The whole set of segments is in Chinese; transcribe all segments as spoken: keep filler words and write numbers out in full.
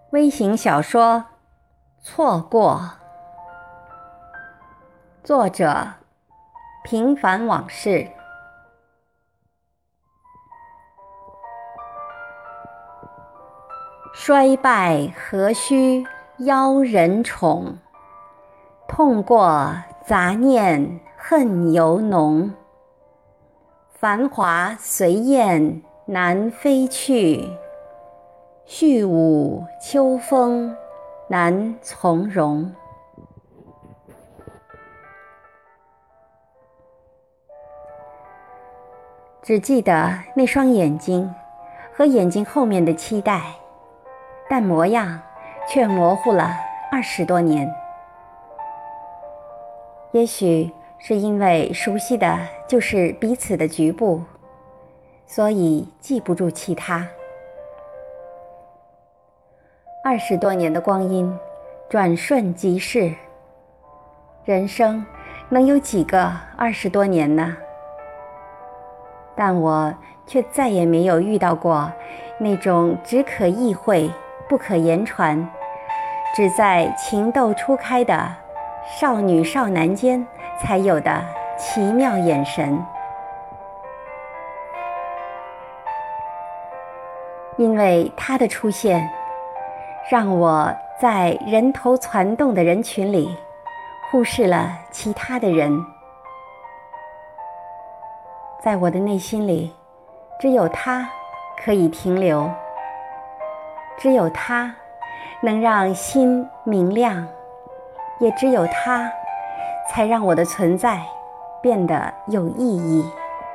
微型小说《错过》，作者平凡往事。衰败何须邀人宠，痛过杂念恨犹浓。繁华随雁南飞去，絮舞秋风难从容。只记得那双眼睛和眼睛后面的期待，但模样却模糊了二十多年。也许是因为熟悉的就是彼此的局部，所以记不住其他。二十多年的光阴转瞬即逝，人生能有几个二十多年呢？但我却再也没有遇到过那种只可意会不可言传，只在情窦初开的少女少男间才有的奇妙眼神。因为他的出现，让我在人头攒动的人群里忽视了其他的人。在我的内心里，只有他可以停留，只有他能让心明亮，也只有他才让我的存在变得有意义。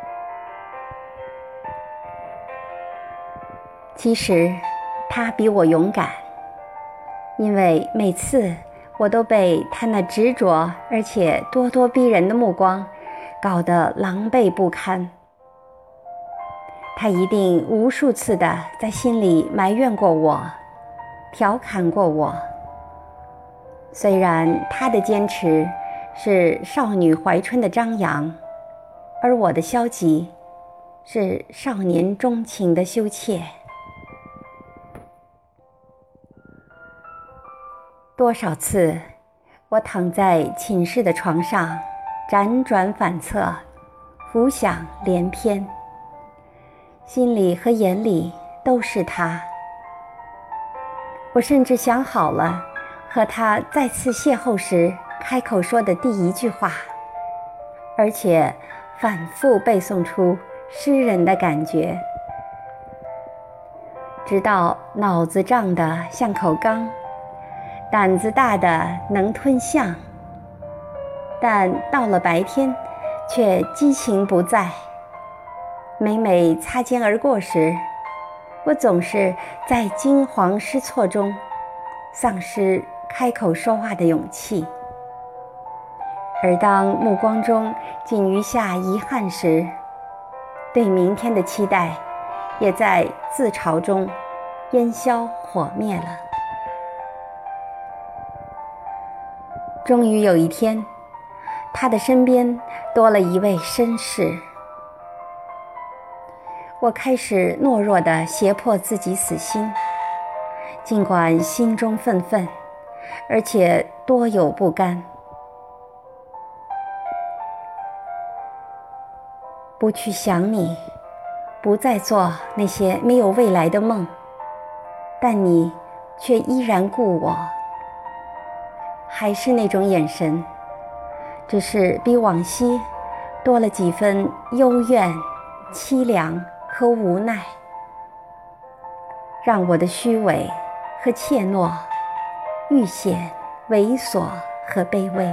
其实他比我勇敢，因为每次我都被他那执着而且咄咄逼人的目光搞得狼狈不堪。他一定无数次的在心里埋怨过我，调侃过我。虽然他的坚持是少女怀春的张扬，而我的消极是少年钟情的羞怯。多少次我躺在寝室的床上，辗转反侧，浮想联翩，心里和眼里都是他。我甚至想好了和他再次邂逅时开口说的第一句话，而且反复背诵出诗人的感觉，直到脑子胀得像口缸，胆子大的能吞象，但到了白天却激情不在。每每擦肩而过时，我总是在惊慌失措中丧失开口说话的勇气。而当目光中仅余下遗憾时，对明天的期待也在自嘲中烟消火灭了。终于有一天，他的身边多了一位绅士。我开始懦弱地胁迫自己死心，尽管心中愤愤，而且多有不甘。不去想你，不再做那些没有未来的梦，但你却依然顾我。还是那种眼神，只是比往昔多了几分幽怨、凄凉和无奈，让我的虚伪和怯懦愈显猥琐和卑微。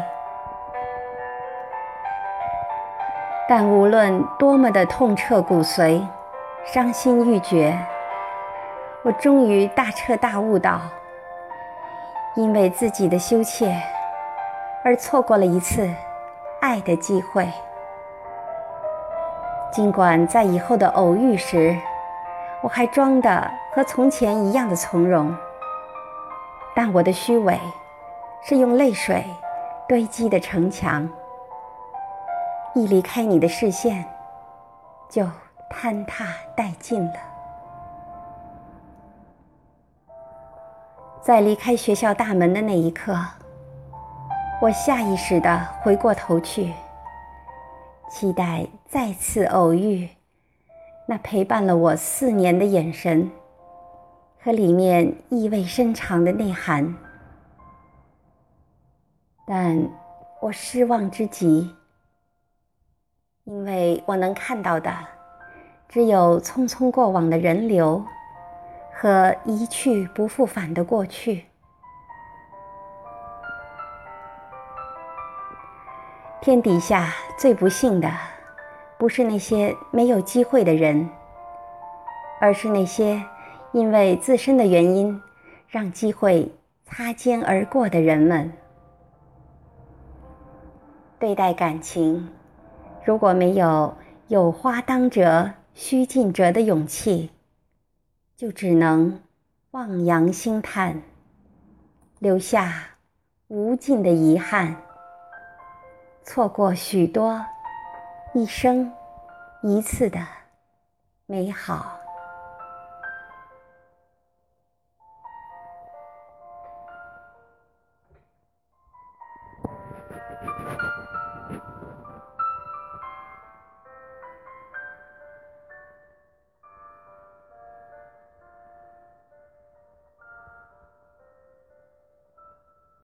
但无论多么的痛彻骨髓，伤心欲绝，我终于大彻大悟到，因为自己的羞怯而错过了一次爱的机会。尽管在以后的偶遇时，我还装得和从前一样的从容，但我的虚伪是用泪水堆积的城墙，一离开你的视线，就坍塌殆尽了。 在离开学校大门的那一刻，我下意识地回过头去，期待再次偶遇那陪伴了我四年的眼神和里面意味深长的内涵。但我失望之极，因为我能看到的只有匆匆过往的人流和一去不复返的过去。天底下最不幸的，不是那些没有机会的人，而是那些因为自身的原因让机会擦肩而过的人们。对待感情，如果没有有花当折须尽折的勇气，就只能望洋兴叹，留下无尽的遗憾，错过许多一生一次的美好。